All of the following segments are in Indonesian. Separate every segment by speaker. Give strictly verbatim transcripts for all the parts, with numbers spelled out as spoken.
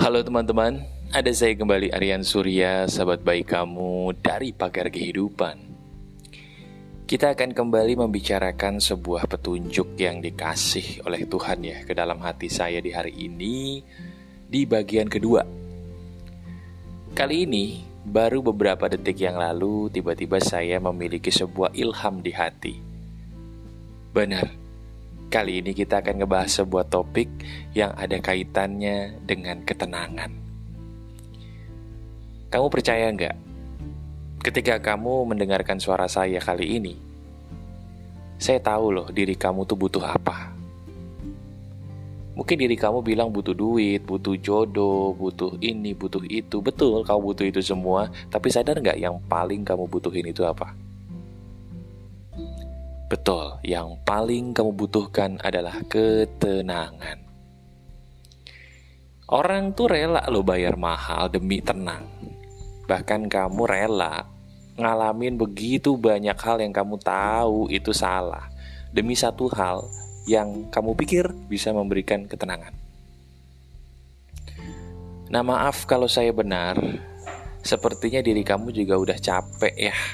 Speaker 1: Halo teman-teman, ada saya kembali Aryan Surya, sahabat baik kamu dari Pagar Kehidupan. Kita akan kembali membicarakan sebuah petunjuk yang dikasih oleh Tuhan ya ke dalam hati saya di hari ini di bagian kedua. Kali ini baru beberapa detik yang lalu tiba-tiba saya memiliki sebuah ilham di hati. Benar. Kali ini kita akan ngebahas sebuah topik yang ada kaitannya dengan ketenangan. Kamu percaya nggak? Ketika kamu mendengarkan suara saya kali ini, saya tahu loh diri kamu tuh butuh apa. Mungkin diri kamu bilang butuh duit, butuh jodoh, butuh ini, butuh itu. Betul, kamu butuh itu semua. Tapi sadar nggak yang paling kamu butuhin itu apa? Betul, yang paling kamu butuhkan adalah ketenangan. Orang tuh rela lo bayar mahal demi tenang. Bahkan kamu rela ngalamin begitu banyak hal yang kamu tahu itu salah demi satu hal yang kamu pikir bisa memberikan ketenangan. Nah, maaf kalau saya benar, sepertinya diri kamu juga udah capek ya.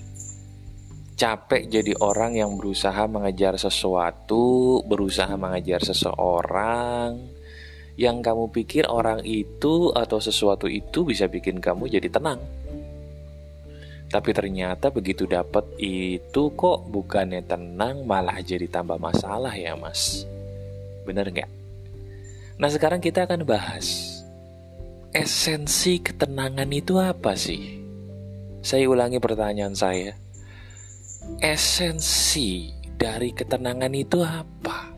Speaker 1: Capek jadi orang yang berusaha mengejar sesuatu, berusaha mengejar seseorang yang kamu pikir orang itu atau sesuatu itu bisa bikin kamu jadi tenang. Tapi ternyata begitu dapat itu kok bukannya tenang, malah jadi tambah masalah ya mas. Bener nggak? Nah sekarang kita akan bahas esensi ketenangan itu apa sih? Saya ulangi pertanyaan saya. Esensi dari ketenangan itu apa?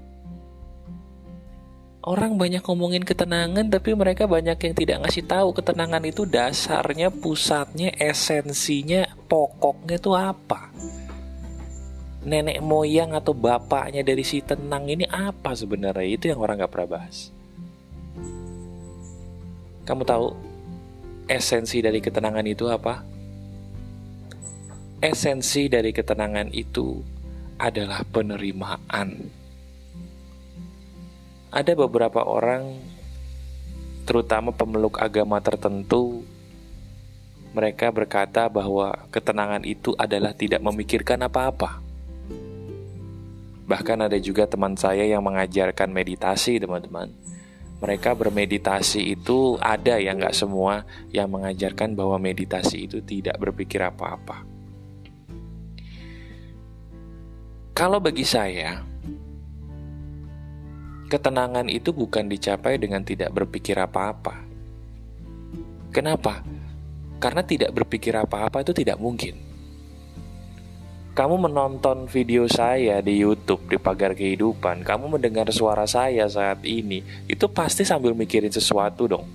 Speaker 1: Orang banyak ngomongin ketenangan, tapi mereka banyak yang tidak ngasih tahu ketenangan itu dasarnya, pusatnya, esensinya, pokoknya itu apa? Nenek moyang atau bapaknya dari si tenang ini apa sebenarnya? Itu yang orang gak pernah bahas. Kamu tahu esensi dari ketenangan itu apa? Esensi dari ketenangan itu adalah penerimaan. Ada beberapa orang, terutama pemeluk agama tertentu, mereka berkata bahwa ketenangan itu adalah tidak memikirkan apa-apa. Bahkan ada juga teman saya yang mengajarkan meditasi, teman-teman. Mereka bermeditasi itu ada yang gak semua yang mengajarkan bahwa meditasi itu tidak berpikir apa-apa. Kalau bagi saya, ketenangan itu bukan dicapai dengan tidak berpikir apa-apa. Kenapa? Karena tidak berpikir apa-apa itu tidak mungkin. Kamu menonton video saya di YouTube di Pagar Kehidupan, kamu mendengar suara saya saat ini, itu pasti sambil mikirin sesuatu dong.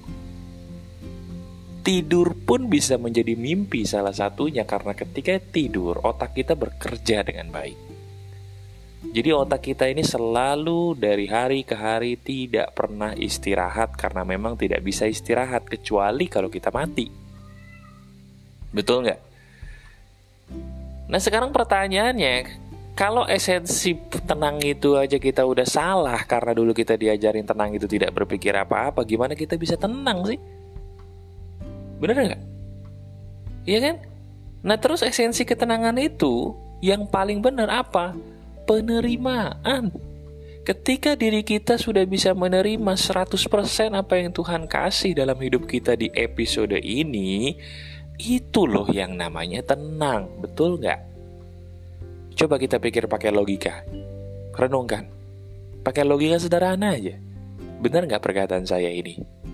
Speaker 1: Tidur pun bisa menjadi mimpi salah satunya, karena ketika tidur otak kita bekerja dengan baik. Jadi otak kita ini selalu dari hari ke hari tidak pernah istirahat, karena memang tidak bisa istirahat kecuali kalau kita mati. Betul nggak? Nah sekarang pertanyaannya, kalau esensi tenang itu aja kita udah salah karena dulu kita diajarin tenang itu tidak berpikir apa-apa, gimana kita bisa tenang sih? Bener nggak? Iya kan? Nah terus esensi ketenangan itu yang paling benar apa? Penerimaan. Ketika diri kita sudah bisa menerima seratus persen apa yang Tuhan kasih dalam hidup kita di episode ini, itu loh yang namanya tenang. Betul nggak? Coba kita pikir pakai logika. Renungkan. Pakai logika sederhana aja. Benar nggak perkataan saya ini?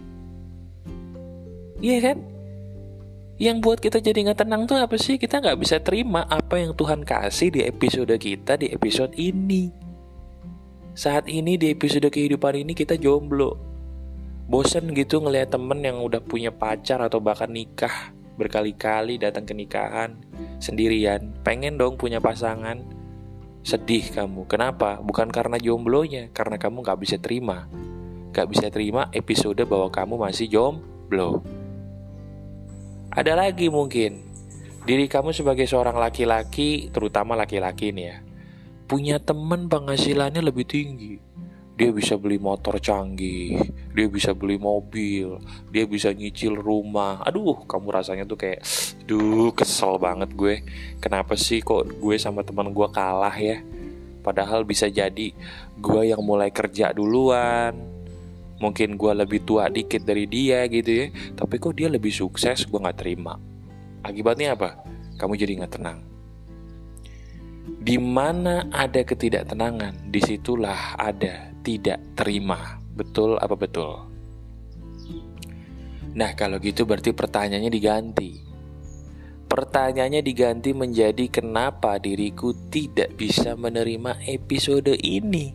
Speaker 1: Iya kan? Yang buat kita jadi gak tenang tuh apa sih? Kita gak bisa terima apa yang Tuhan kasih di episode kita di episode ini. Saat ini di episode kehidupan ini kita jomblo. Bosen gitu ngelihat temen yang udah punya pacar atau bahkan nikah berkali-kali datang ke nikahan sendirian. Pengen dong punya pasangan. Sedih kamu. Kenapa? Bukan karena jomblonya, karena kamu gak bisa terima. Gak bisa terima episode bahwa kamu masih jomblo. Ada lagi mungkin diri kamu sebagai seorang laki-laki, terutama laki-laki nih ya, punya teman penghasilannya lebih tinggi, Dia bisa beli motor canggih, dia bisa beli mobil, dia bisa nyicil rumah. Aduh, kamu rasanya tuh kayak, duh kesel banget gue. Kenapa sih kok gue sama teman gue kalah ya? Padahal bisa jadi gue yang mulai kerja duluan, mungkin gue lebih tua dikit dari dia gitu ya. Tapi kok dia lebih sukses, gue gak terima. Akibatnya apa? Kamu jadi gak tenang. Di mana ada ketidaktenangan, disitulah ada tidak terima. Betul apa betul? Nah, kalau gitu berarti pertanyaannya diganti. Pertanyaannya diganti menjadi kenapa diriku tidak bisa menerima episode ini?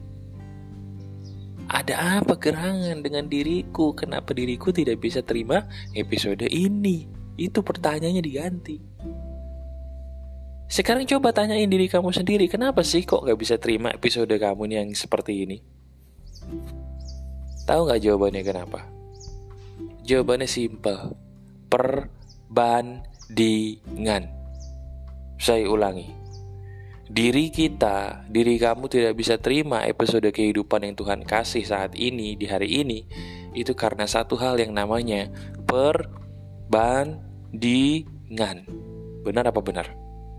Speaker 1: Ada apa gerangan dengan diriku? Kenapa diriku tidak bisa terima episode ini? Itu pertanyaannya diganti. Sekarang coba tanyain diri kamu sendiri, kenapa sih kok gak bisa terima episode kamu nih yang seperti ini? Tahu gak jawabannya kenapa? Jawabannya simple. Perbandingan. Saya ulangi. Diri kita, diri kamu tidak bisa terima episode kehidupan yang Tuhan kasih saat ini, di hari ini, itu karena satu hal yang namanya perbandingan. Benar apa benar?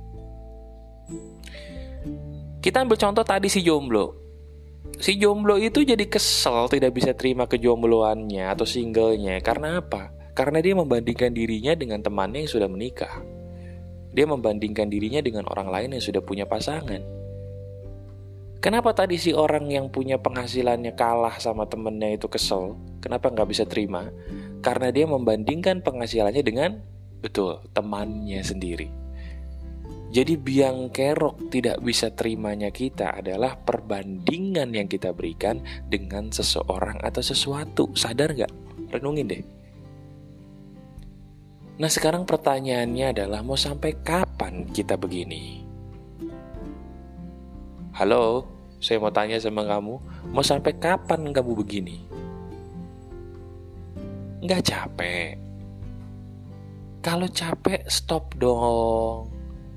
Speaker 1: Kita ambil contoh tadi si jomblo. Si jomblo itu jadi kesel tidak bisa terima kejombloannya atau singlenya. Karena apa? Karena dia membandingkan dirinya dengan temannya yang sudah menikah. Dia membandingkan dirinya dengan orang lain yang sudah punya pasangan. Kenapa tadi si orang yang punya penghasilannya kalah sama temennya itu kesel? Kenapa gak bisa terima? Karena dia membandingkan penghasilannya dengan, betul, temannya sendiri. Jadi biang kerok tidak bisa terimanya kita adalah perbandingan yang kita berikan dengan seseorang atau sesuatu. Sadar gak? Renungin deh. Nah, sekarang pertanyaannya adalah mau sampai kapan kita begini? Halo, saya mau tanya sama kamu, mau sampai kapan kamu begini? Nggak capek? Kalau capek, stop dong.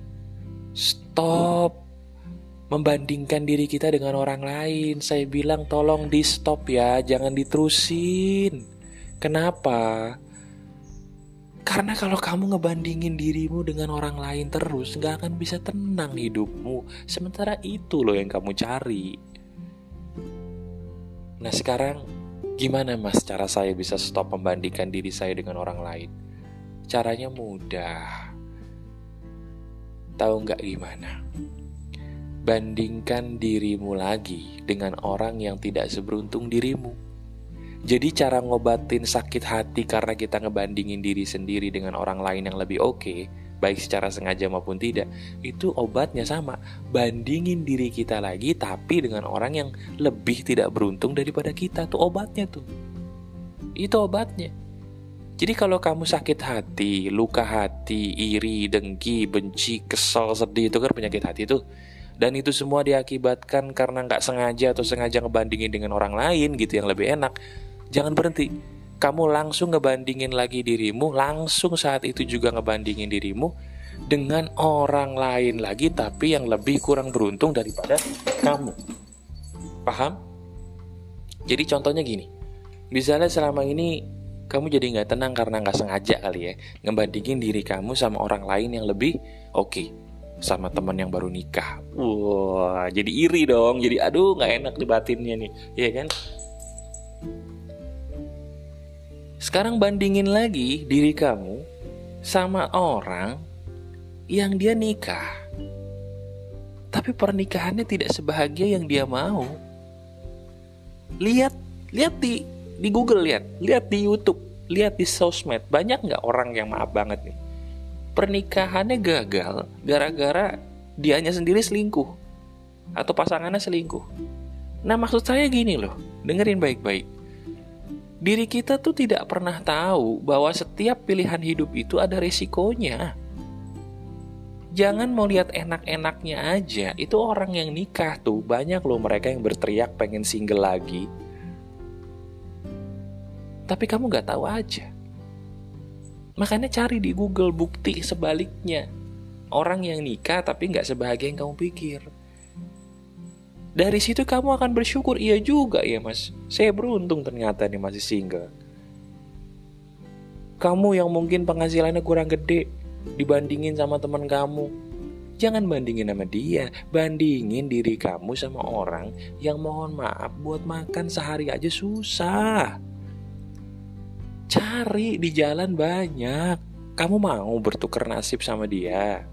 Speaker 1: Stop membandingkan diri kita dengan orang lain. Saya bilang tolong di stop ya, jangan diterusin. Kenapa? Karena kalau kamu ngebandingin dirimu dengan orang lain terus, gak akan bisa tenang hidupmu. Sementara itu loh yang kamu cari. Nah sekarang gimana mas cara saya bisa stop membandingkan diri saya dengan orang lain? Caranya mudah. Tahu nggak gimana? Bandingkan dirimu lagi dengan orang yang tidak seberuntung dirimu. Jadi cara ngobatin sakit hati karena kita ngebandingin diri sendiri dengan orang lain yang lebih oke, baik secara sengaja maupun tidak, itu obatnya sama. Bandingin diri kita lagi tapi dengan orang yang lebih tidak beruntung daripada kita. Tuh obatnya tuh. Itu obatnya. Jadi kalau kamu sakit hati, luka hati, iri, dengki, benci, kesel, sedih, itu kan penyakit hati tuh. Dan itu semua diakibatkan karena gak sengaja atau sengaja ngebandingin dengan orang lain gitu yang lebih enak. Jangan berhenti. Kamu langsung ngebandingin lagi dirimu, langsung saat itu juga ngebandingin dirimu dengan orang lain lagi tapi yang lebih kurang beruntung daripada kamu. Paham? Jadi contohnya gini. Misalnya selama ini kamu jadi gak tenang karena gak sengaja kali ya ngebandingin diri kamu sama orang lain yang lebih oke okay, sama teman yang baru nikah. Wah, jadi iri dong. Jadi aduh gak enak di batinnya nih, iya kan? Sekarang bandingin lagi diri kamu sama orang yang dia nikah, tapi pernikahannya tidak sebahagia yang dia mau. Lihat, lihat di Di Google, lihat, lihat di YouTube, lihat di sosmed. Banyak gak orang yang maaf banget nih pernikahannya gagal gara-gara dianya sendiri selingkuh atau pasangannya selingkuh. Nah maksud saya gini loh, dengerin baik-baik. Diri kita tuh tidak pernah tahu bahwa setiap pilihan hidup itu ada resikonya. Jangan mau lihat enak-enaknya aja. Itu orang yang nikah tuh banyak loh mereka yang berteriak pengen single lagi. Tapi kamu gak tahu aja. Makanya cari di Google bukti sebaliknya. Orang yang nikah tapi gak sebahagia yang kamu pikir. Dari situ kamu akan bersyukur, iya juga ya mas, saya beruntung ternyata nih masih single. Kamu yang mungkin penghasilannya kurang gede dibandingin sama teman kamu, jangan bandingin sama dia, bandingin diri kamu sama orang yang mohon maaf buat makan sehari aja susah. Cari di jalan banyak. Kamu mau bertukar nasib sama dia?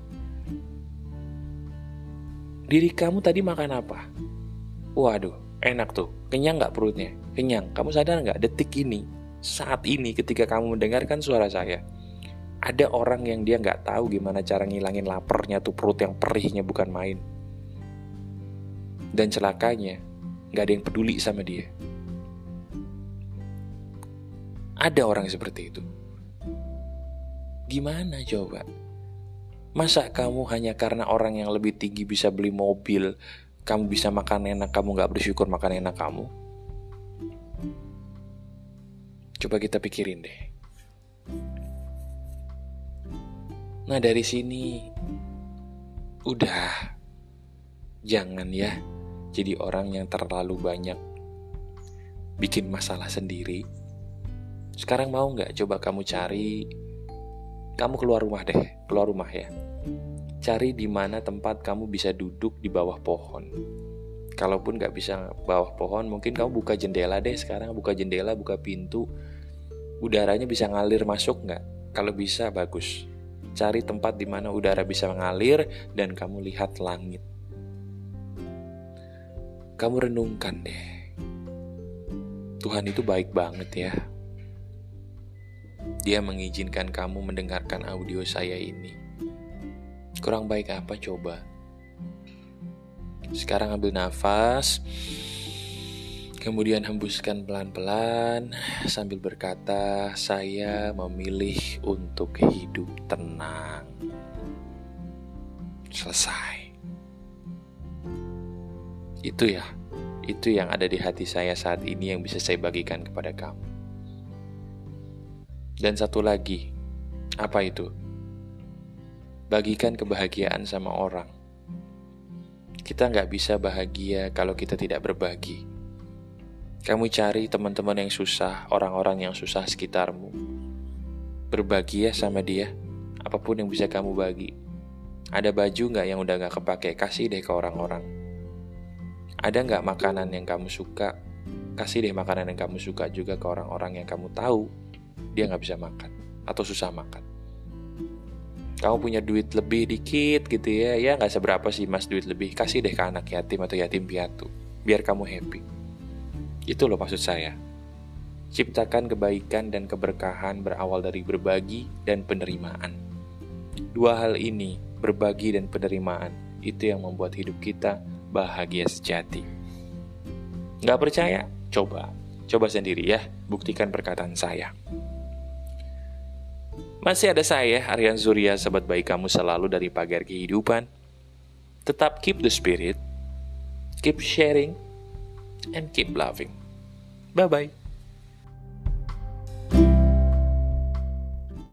Speaker 1: Diri kamu tadi makan apa? Waduh, enak tuh. Kenyang gak perutnya? Kenyang. Kamu sadar gak detik ini, saat ini ketika kamu mendengarkan suara saya, ada orang yang dia gak tahu gimana cara ngilangin laparnya tuh, perut yang perihnya bukan main. Dan celakanya, gak ada yang peduli sama dia. Ada orang seperti itu. Gimana coba? Masa kamu hanya karena orang yang lebih tinggi bisa beli mobil, kamu bisa makan enak, kamu gak bersyukur makan enak kamu? Coba kita pikirin deh. Nah dari sini, udah, jangan ya jadi orang yang terlalu banyak bikin masalah sendiri. Sekarang mau gak coba kamu cari, kamu keluar rumah deh, keluar rumah ya. Cari di mana tempat kamu bisa duduk di bawah pohon. Kalaupun gak bisa bawah pohon, mungkin kamu buka jendela deh sekarang, buka jendela, buka pintu. Udaranya bisa ngalir masuk gak? Kalau bisa, bagus. Cari tempat di mana udara bisa mengalir dan kamu lihat langit. Kamu renungkan deh. Tuhan itu baik banget ya. Dia mengizinkan kamu mendengarkan audio saya ini. Kurang baik apa coba? Sekarang ambil nafas, kemudian hembuskan pelan-pelan sambil berkata, saya memilih untuk hidup tenang. Selesai. Itu ya, itu yang ada di hati saya saat ini yang bisa saya bagikan kepada kamu. Dan satu lagi, apa itu? Bagikan kebahagiaan sama orang. Kita gak bisa bahagia kalau kita tidak berbagi. Kamu cari teman-teman yang susah, orang-orang yang susah sekitarmu. Berbagi ya sama dia, apapun yang bisa kamu bagi. Ada baju gak yang udah gak kepake, kasih deh ke orang-orang. Ada gak makanan yang kamu suka, kasih deh makanan yang kamu suka juga ke orang-orang yang kamu tahu dia gak bisa makan atau susah makan. Kamu punya duit lebih dikit gitu ya, ya gak seberapa sih mas duit lebih, kasih deh ke anak yatim atau yatim piatu, biar kamu happy. Itu loh maksud saya. Ciptakan kebaikan dan keberkahan berawal dari berbagi dan penerimaan. Dua hal ini, berbagi dan penerimaan, itu yang membuat hidup kita bahagia sejati. Gak percaya? Coba. Coba sendiri ya, buktikan perkataan saya. Masih ada saya, Aryan Surya, sahabat baik kamu selalu dari Pagar Kehidupan. Tetap keep the spirit, keep sharing, and keep loving. Bye-bye.